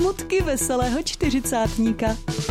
Smutky veselého čtyřicátníka.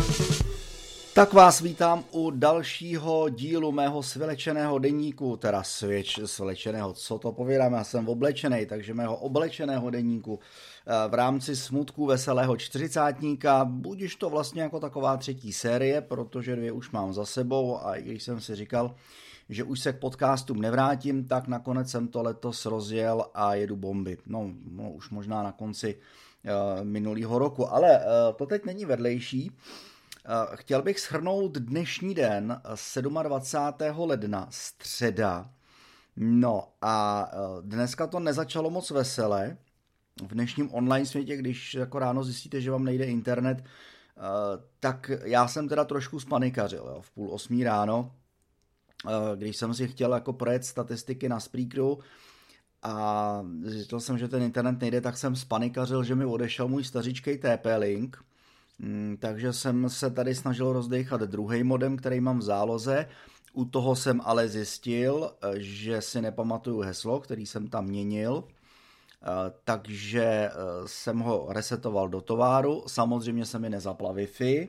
Tak vás vítám u dalšího dílu mého svlečeného deníku, teda svlečeného, co to povídám, já jsem oblečenej, takže mého oblečeného deníku v rámci Smutků veselého čtyřicátníka, budiž to vlastně jako taková třetí série, protože 2 už mám za sebou a i když jsem si říkal, že už se k podcastům nevrátím, tak nakonec jsem to letos rozjel a jedu bomby. No už možná na konci minulého roku, ale to teď není vedlejší. Chtěl bych shrnout dnešní den, 27. ledna, středa. No a dneska to nezačalo moc vesele. V dnešním online světě, když jako ráno zjistíte, že vám nejde internet, tak já jsem teda trošku spanikařil, jo, v 7:30 ráno, když jsem si chtěl jako projet statistiky na Spreakeru a zjistil jsem, že ten internet nejde, tak jsem spanikařil, že mi odešel můj stařičkej TP-Link. Takže jsem se tady snažil rozdejchat druhý modem, který mám v záloze. U toho jsem ale zjistil, že si nepamatuju heslo, který jsem tam měnil, takže jsem ho resetoval do továru. Samozřejmě se mi nezapla Wi-Fi,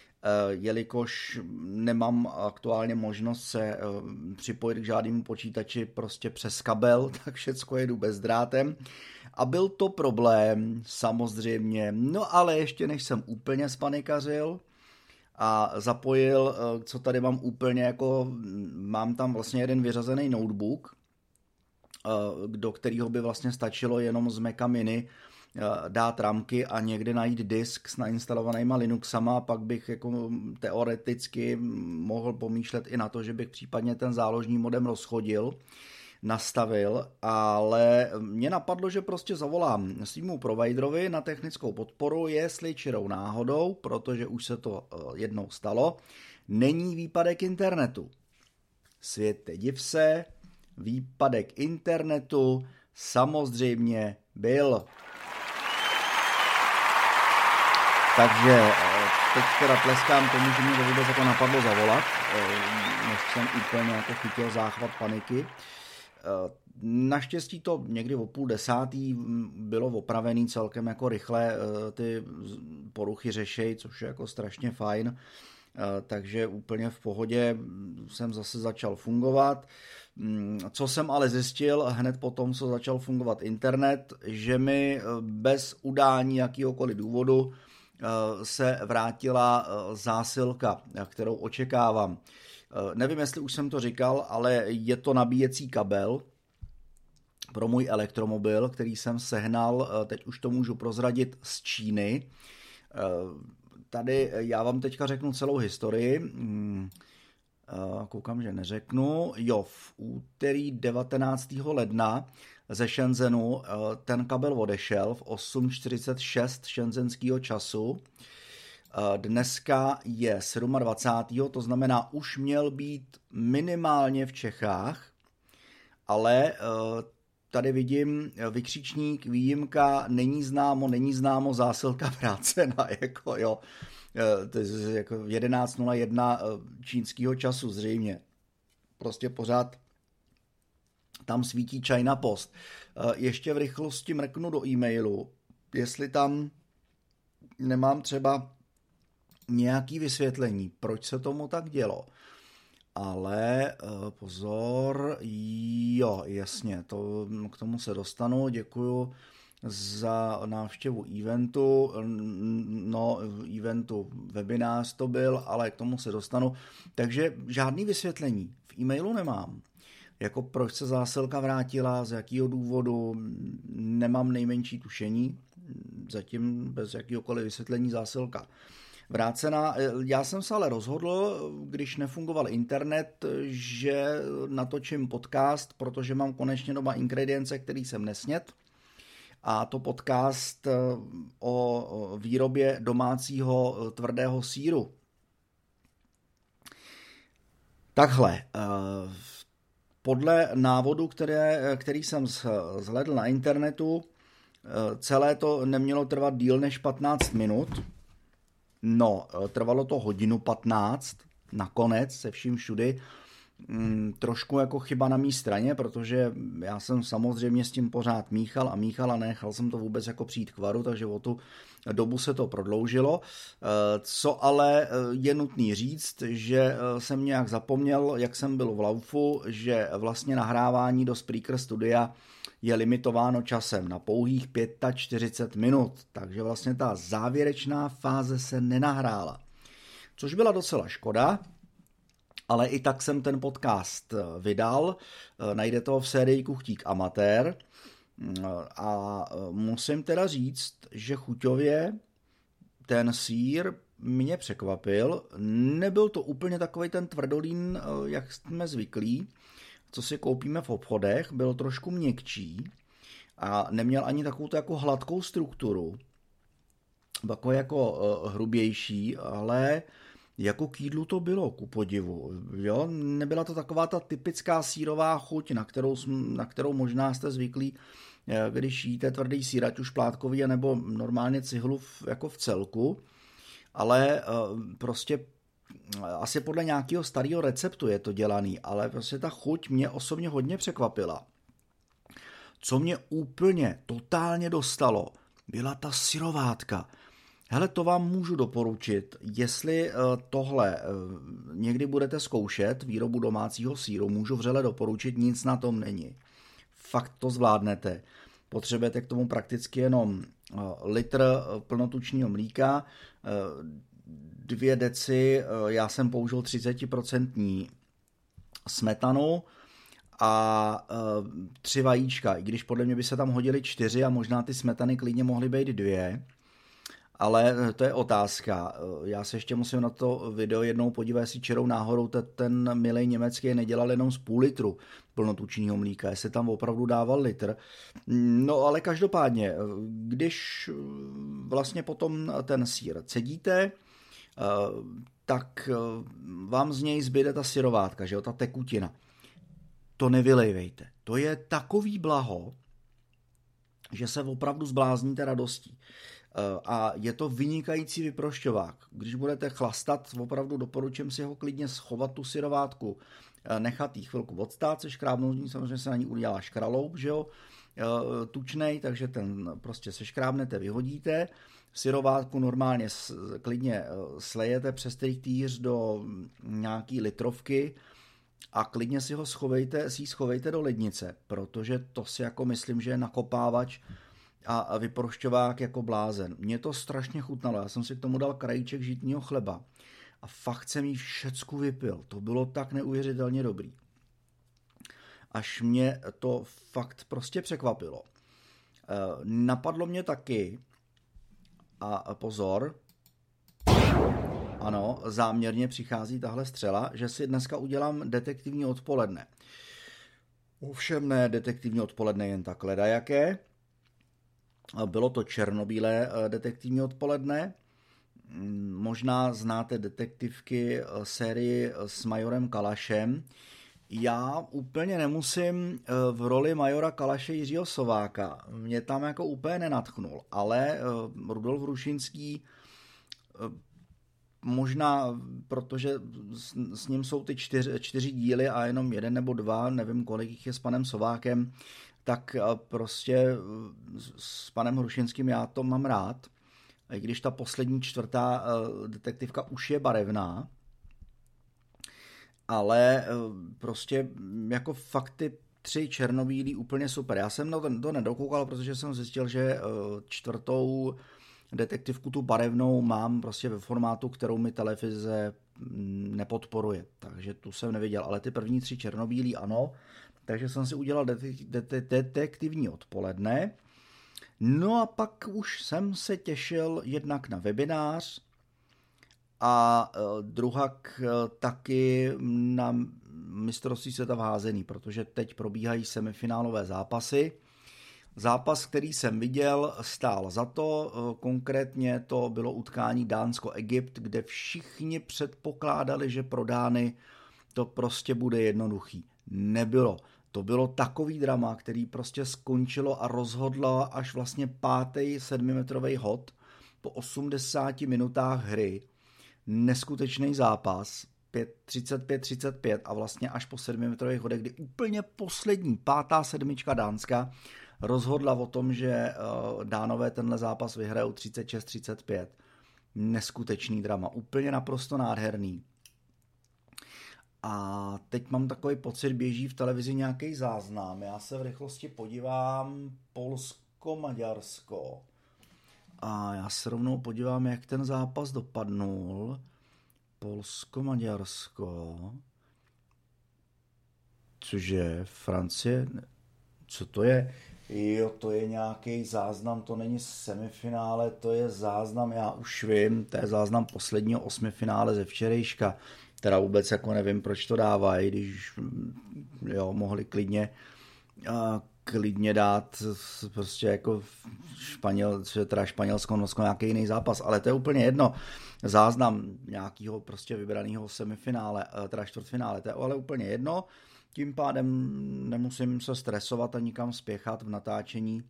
jelikož nemám aktuálně možnost se připojit k žádnému počítači prostě přes kabel, tak všecko jedu bezdrátem. A byl to problém, samozřejmě, no ale ještě než jsem úplně spanikařil a zapojil, co tady mám úplně jako, mám tam vlastně jeden vyřazený notebook, do kterého by vlastně stačilo jenom z Maca Mini dát ramky a někde najít disk s nainstalovanýma Linuxama a pak bych jako teoreticky mohl pomýšlet i na to, že bych případně ten záložní modem rozchodil, nastavil, ale mě napadlo, že prostě zavolám svýmu providerovi na technickou podporu, jestli čirou náhodou, protože už se to jednou stalo, není výpadek internetu. Světe div se, výpadek internetu samozřejmě byl. Takže teď teda tleskám tomu, že mě vůbec jako napadlo zavolat, než jsem úplně jako chytil záchvat paniky. Naštěstí to někdy o 9:30 bylo opravený celkem jako rychle, ty poruchy řešej, což je jako strašně fajn, takže úplně v pohodě jsem zase začal fungovat. Co jsem ale zjistil hned po tom, co začal fungovat internet, že mi bez udání jakýhokoliv důvodu se vrátila zásilka, kterou očekávám. Nevím, jestli už jsem to říkal, ale je to nabíjecí kabel pro můj elektromobil, který jsem sehnal, teď už to můžu prozradit, z Číny. Tady já vám teďka řeknu celou historii. Koukám, že neřeknu. Jo, v úterý 19. ledna ze Shenzhenu ten kabel odešel v 8:46 shenzhenského času. Dneska je 27. To znamená, už měl být minimálně v Čechách, ale tady vidím vykřičník, výjimka, není známo, zásilka vrácena, jako jo, to je jako 11:01 čínského času zřejmě. Prostě pořád tam svítí China Post. Ještě v rychlosti mrknu do e-mailu, jestli tam nemám třeba nějaký vysvětlení, proč se tomu tak dělo. Ale pozor, jo, jasně, k tomu se dostanu, děkuju za návštěvu eventu, webinář to byl, ale k tomu se dostanu, takže žádný vysvětlení v e-mailu nemám. Jako proč se zásilka vrátila, z jakého důvodu, nemám nejmenší tušení, zatím bez jakýhokoliv vysvětlení zásilka vrácena. Já jsem se ale rozhodl, když nefungoval internet, že natočím podcast, protože mám konečně doma ingredience, který jsem nesnědl. A to podcast o výrobě domácího tvrdého sýru. Takhle, podle návodu, který jsem zhlédl na internetu, celé to nemělo trvat díl než 15 minut. No, trvalo to 1:15, nakonec se vším všudy. trošku jako chyba na mý straně, protože já jsem samozřejmě s tím pořád míchal a nechal jsem to vůbec jako přijít k varu, takže o tu dobu se to prodloužilo. Co ale je nutný říct, že jsem nějak zapomněl, jak jsem byl v laufu, že vlastně nahrávání do Spreaker Studia je limitováno časem na pouhých 45 minut, takže vlastně ta závěrečná fáze se nenahrála. Což byla docela škoda, ale i tak jsem ten podcast vydal, najdete ho v sérii Kuchtík amatér a musím teda říct, že chuťově ten sýr mě překvapil, nebyl to úplně takový ten tvrdolín, jak jsme zvyklí, co si koupíme v obchodech, byl trošku měkčí a neměl ani takovou jako hladkou strukturu, takový jako hrubější, ale jako k jídlu to bylo, ku podivu. Jo? Nebyla to taková ta typická sýrová chuť, na kterou možná jste zvyklí, když jíte tvrdý sýr, ať už plátkový, nebo normálně cihlu jako v celku, ale prostě asi podle nějakého starého receptu je to dělaný, ale prostě ta chuť mě osobně hodně překvapila. Co mě úplně totálně dostalo, byla ta syrovátka. Hele, to vám můžu doporučit, jestli tohle někdy budete zkoušet, výrobu domácího sýru, můžu vřele doporučit, nic na tom není. Fakt to zvládnete. Potřebujete k tomu prakticky jenom litr plnotučného mlíka, 2 deci, já jsem použil 30% smetanu a 3 vajíčka, i když podle mě by se tam hodily 4 a možná ty smetany klidně mohly být 2, ale to je otázka. Já se ještě musím na to video jednou podívat, jestli čirou náhodou ten milej německý nedělal jenom z půl litru plnotučního mlíka, jestli tam opravdu dával litr. No ale každopádně, když vlastně potom ten sýr cedíte, tak vám z něj zbyde ta syrovátka, že jo, ta tekutina. To nevylejvejte. To je takový blaho, že se opravdu zblázníte radostí. A je to vynikající vyprošťovák. Když budete chlastat, opravdu doporučím si ho klidně schovat tu syrovátku, nechat jí chvilku odstát, se škrábnout, samozřejmě se na ní udělá škraloup, že jo, tučnej, takže ten prostě se škrábnete, vyhodíte. Syrovátku normálně klidně slejete přes týř do nějaký litrovky a klidně si ji schovejte do lednice, protože to si jako myslím, že je nakopávač a vyprošťovák jako blázen. Mně to strašně chutnalo, já jsem si k tomu dal krajíček žitního chleba a fakt jsem jí všecku vypil, to bylo tak neuvěřitelně dobrý. Až mě to fakt prostě překvapilo. Napadlo mě taky, a pozor, ano, záměrně přichází tahle střela, že si dneska udělám detektivní odpoledne. Ovšem ne detektivní odpoledne jen tak ledajaké. Bylo to černobílé detektivní odpoledne. Možná znáte detektivky sérii s majorem Kalašem. Já úplně nemusím v roli majora Kalaše Jiřího Sováka. Mě tam jako úplně nenadchnul, ale Rudolf Hrušinský možná, protože s ním jsou ty 4 díly a jenom 1 nebo 2, nevím kolik jich je s panem Sovákem, tak prostě s panem Hrušinským já to mám rád, i když ta poslední 4. detektivka už je barevná, ale prostě jako fakt ty 3 černobílí úplně super. Já jsem to nedokoukal, protože jsem zjistil, že 4. detektivku tu barevnou mám prostě ve formátu, kterou mi televize nepodporuje, takže tu jsem neviděl, ale ty první 3 černobílí ano, takže jsem si udělal detektivní odpoledne. No a pak už jsem se těšil jednak na webinář a druhak taky na mistrovství světa v házení, protože teď probíhají semifinálové zápasy. Zápas, který jsem viděl, stál za to, konkrétně to bylo utkání Dánsko-Egypt, kde všichni předpokládali, že pro Dány to prostě bude jednoduchý. Nebylo. To bylo takový drama, který prostě skončilo a rozhodlo až vlastně 5. 7metrový hod po 80 minutách hry. Neskutečný zápas. 35 a vlastně až po 7metrových hodech, kdy úplně poslední, 5. sedmička Dánska rozhodla o tom, že Dánové tenhle zápas vyhrajou 36-35. Neskutečný drama, úplně naprosto nádherný. A teď mám takový pocit, běží v televizi nějaký záznam. Já se v rychlosti podívám Polsko-Maďarsko. A já se rovnou podívám, jak ten zápas dopadnul. Polsko-Maďarsko. Cože, Francie? Co to je? Jo, to je nějaký záznam, to není semifinále, to je záznam, já už vím, to je záznam posledního 8finále ze včerejška. Teda vůbec jako nevím, proč to dávají, když jo, mohli klidně dát prostě jako Španělsko, Norsko, nějaký jiný zápas, ale to je úplně jedno. Záznam nějakého prostě vybraného semifinále, teda čtvrtfinále, to je ale úplně jedno. Tím pádem nemusím se stresovat a nikam spěchat v natáčení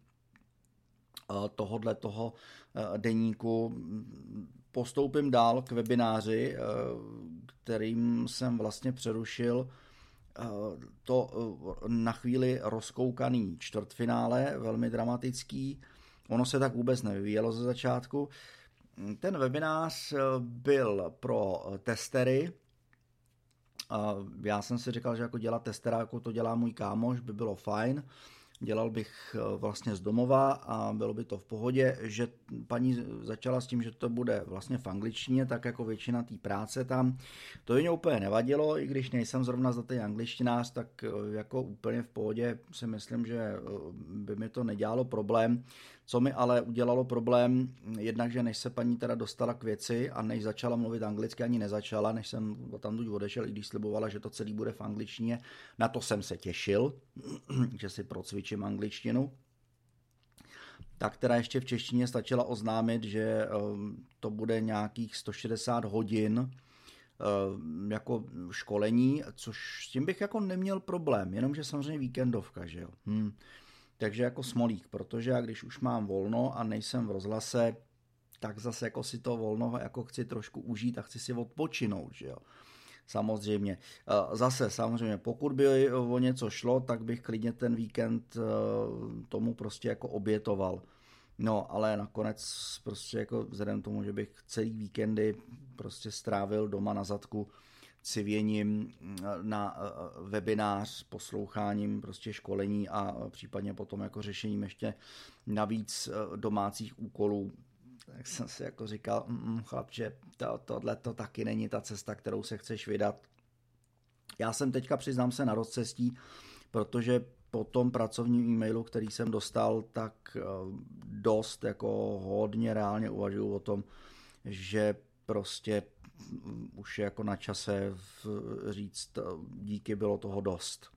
toho deníku. Postoupím dál k webináři, kterým jsem vlastně přerušil to na chvíli rozkoukaný čtvrtfinále, velmi dramatický. Ono se tak vůbec nevyvíjelo ze začátku. Ten webinář byl pro testery. Já jsem si říkal, že jako dělat testera, jako to dělá můj kámoš, by bylo fajn. Dělal bych vlastně z domova a bylo by to v pohodě, že paní začala s tím, že to bude vlastně v angličtině, tak jako většina té práce tam. To mě úplně nevadilo, i když nejsem zrovna za ten angličtinář, tak jako úplně v pohodě si myslím, že by mi to nedělalo problém. Co mi ale udělalo problém, jednak, že než se paní teda dostala k věci a než začala mluvit anglicky, ani nezačala, než jsem tam odešel, i když slibovala, že to celý bude v angličtině, na to jsem se těšil, že si procvičím angličtinu. Tak teda ještě v češtině stačila oznámit, že to bude nějakých 160 hodin jako školení, což s tím bych jako neměl problém, jenomže samozřejmě víkendovka, že jo. Takže jako smolík, protože já když už mám volno a nejsem v rozhlase, tak zase jako si to volno jako chci trošku užít a chci si odpočinout, že jo. Samozřejmě. Zase samozřejmě, pokud by o něco šlo, tak bych klidně ten víkend tomu prostě jako obětoval. No, ale nakonec prostě jako vzhledem tomu, že bych celý víkendy prostě strávil doma na zadku civěním na webinář, posloucháním prostě školení a případně potom jako řešením ještě navíc domácích úkolů, tak jsem si jako říkal, chlapče, tohle to taky není ta cesta, kterou se chceš vydat. Já jsem teďka, přiznám se, na rozcestí, protože po tom pracovním e-mailu, který jsem dostal, tak dost jako hodně reálně uvažuji o tom, že prostě už je jako na čase říct díky, bylo toho dost.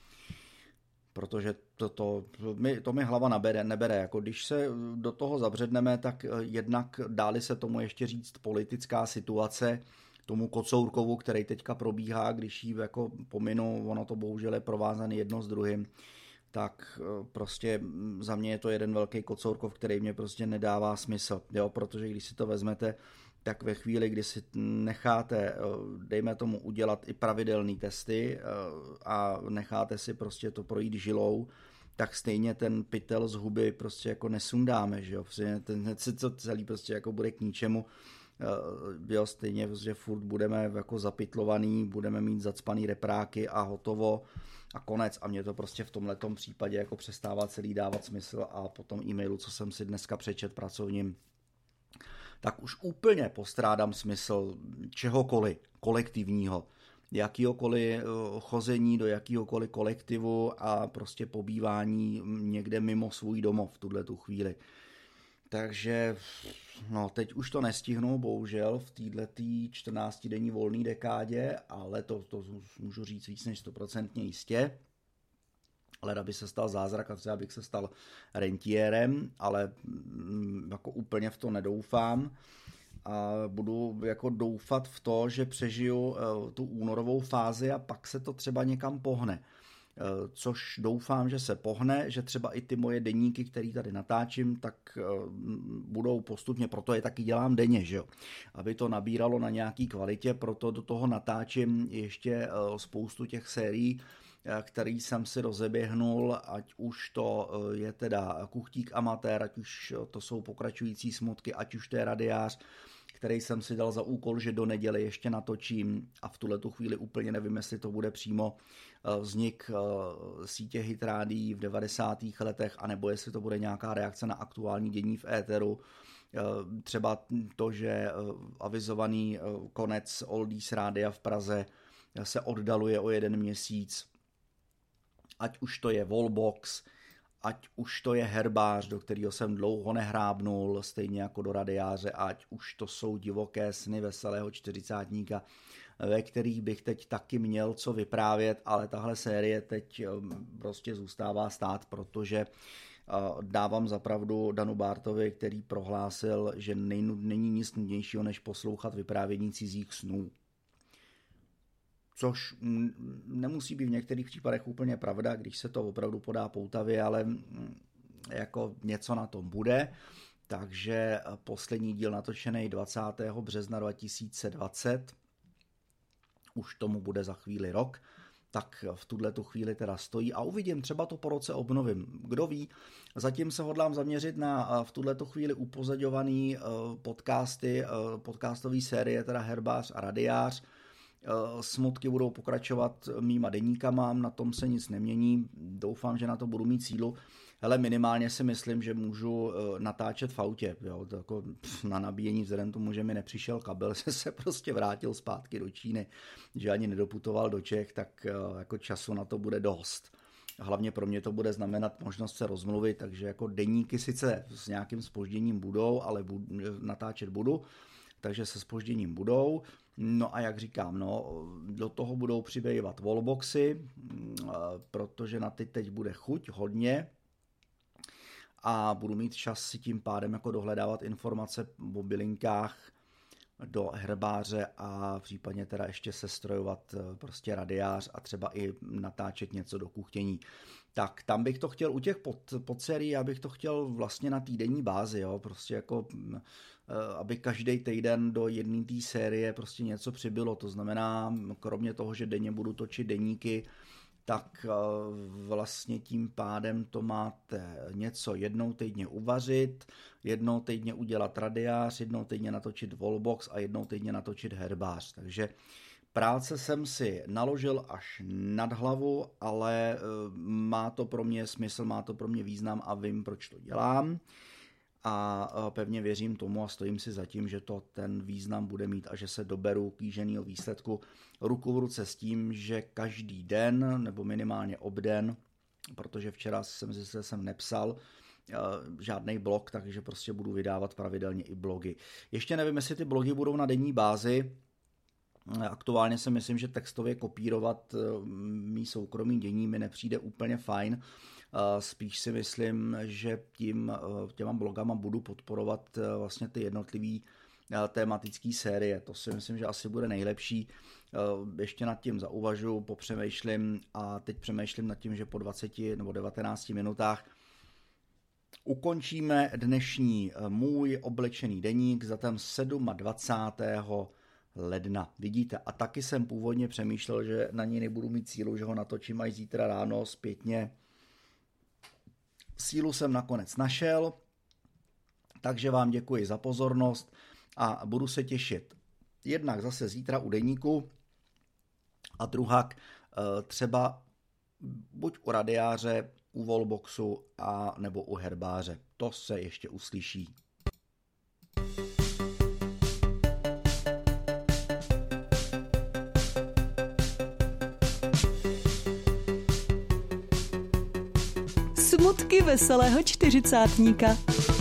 Protože to mi hlava nebere. Jako když se do toho zabředneme, tak jednak dáli se tomu ještě říct politická situace, tomu Kocourkovu, který teďka probíhá, když jí jako pominu, ono to bohužel je provázané jedno s druhým, tak prostě za mě je to jeden velký Kocourkov, který mě prostě nedává smysl, jo? Protože když si to vezmete, tak ve chvíli, kdy si necháte, dejme tomu, udělat i pravidelné testy a necháte si prostě to projít žilou, tak stejně ten pytel z huby prostě jako nesundáme, že jo, ten si to celý prostě jako bude k ničemu, jo, stejně prostě furt budeme jako zapytlovaný, budeme mít zacpaný repráky a hotovo a konec a mě to prostě v tomhletom případě jako přestává celý dávat smysl a po tom e-mailu, co jsem si dneska přečet pracovním, tak už úplně postrádám smysl čehokoliv kolektivního, jakýhokoliv chození do jakýhokoliv kolektivu a prostě pobývání někde mimo svůj domov v tuhletu chvíli. Takže no, teď už to nestihnu, bohužel, v této 14denní volné dekádě, ale to můžu říct víc než 100% jistě. Ale aby se stal zázrak a třeba bych se stal rentiérem, ale jako úplně v to nedoufám. A budu jako doufat v to, že přežiju tu únorovou fázi a pak se to třeba někam pohne. což doufám, že se pohne, že třeba i ty moje deníky, které tady natáčím, tak budou postupně, proto je taky dělám denně, že jo? Aby to nabíralo na nějaký kvalitě, proto do toho natáčím ještě spoustu těch sérií, který jsem si rozeběhnul, ať už to je teda Kuchtík amatér, ať už to jsou pokračující smutky, ať už to je Radiář, který jsem si dal za úkol, že do neděle ještě natočím a v tuhletu chvíli úplně nevím, jestli to bude přímo vznik sítě Hit rádií v 90. letech, anebo jestli to bude nějaká reakce na aktuální dění v éteru. Třeba to, že avizovaný konec Oldies rádia v Praze se oddaluje o 1 měsíc. Ať už to je Wallbox, ať už to je Herbář, do kterého jsem dlouho nehrábnul, stejně jako do Radiáře, ať už to jsou Divoké sny veselého čtyřicátníka, ve kterých bych teď taky měl co vyprávět, ale tahle série teď prostě zůstává stát, protože dávám za pravdu Danu Bartovi, který prohlásil, že není nic nudnějšího, než poslouchat vyprávění cizích snů. Což nemusí být v některých případech úplně pravda, když se to opravdu podá poutavě, ale jako něco na tom bude. Takže poslední díl natočený 20. března 2020, už tomu bude za chvíli rok, tak v tuhletu chvíli teda stojí a uvidím, třeba to po roce obnovím. Kdo ví, zatím se hodlám zaměřit na v tuhletu chvíli upozaďovaný podcastové série, teda Herbář a Radiář. Smutky budou pokračovat mýma deníkama, na tom se nic nemění, doufám, že na to budu mít sílu, ale minimálně si myslím, že můžu natáčet v autě, jo? To jako na nabíjení vzhledem tomu, že mi nepřišel kabel, se prostě vrátil zpátky do Číny, že ani nedoputoval do Čech, tak jako času na to bude dost. Hlavně pro mě to bude znamenat možnost se rozmluvit, takže jako deníky sice s nějakým zpožděním budou, ale natáčet budu, takže se zpožděním budou. No a jak říkám, do toho budou přibývat wallboxy, protože na ty teď bude chuť hodně a budu mít čas si tím pádem jako dohledávat informace o bylinkách do Herbáře a případně teda ještě sestrojovat prostě Radiář a třeba i natáčet něco do kuchtění. Tak tam bych to chtěl u těch podsérií, já bych to chtěl vlastně na týdenní bázi, jo, prostě jako aby každý týden do jedné té série prostě něco přibylo, to znamená, kromě toho, že denně budu točit deníky, tak vlastně tím pádem to máte něco jednou týdně uvařit, jednou týdně udělat Radiář, jednou týdně natočit Wallbox a jednou týdně natočit Herbář. Takže práce jsem si naložil až nad hlavu, ale má to pro mě smysl, má to pro mě význam a vím, proč to dělám. A pevně věřím tomu a stojím si za tím, že to ten význam bude mít a že se doberu kýženýho výsledku ruku v ruce s tím, že každý den nebo minimálně obden, protože včera jsem nepsal žádný blog, takže prostě budu vydávat pravidelně i blogy. Ještě nevím, jestli ty blogy budou na denní bázi. Aktuálně si myslím, že textově kopírovat mý soukromý dění mi nepřijde úplně fajn. Spíš si myslím, že těma blogama budu podporovat vlastně ty jednotlivý tématické série. To si myslím, že asi bude nejlepší. Ještě nad tím zauvažuji, popřemýšlím a teď přemýšlím nad tím, že po 20 nebo 19 minutách ukončíme dnešní můj oblečený deník za ten 27. ledna. Vidíte, a taky jsem původně přemýšlel, že na něj nebudu mít sílu, že ho natočím až zítra ráno zpětně. Sílu jsem nakonec našel, takže vám děkuji za pozornost a budu se těšit jednak zase zítra u deníku a druhak třeba buď u Radiáře, u Wallboxu a nebo u Herbáře. To se ještě uslyší. Smutky veselého čtyřicátníka.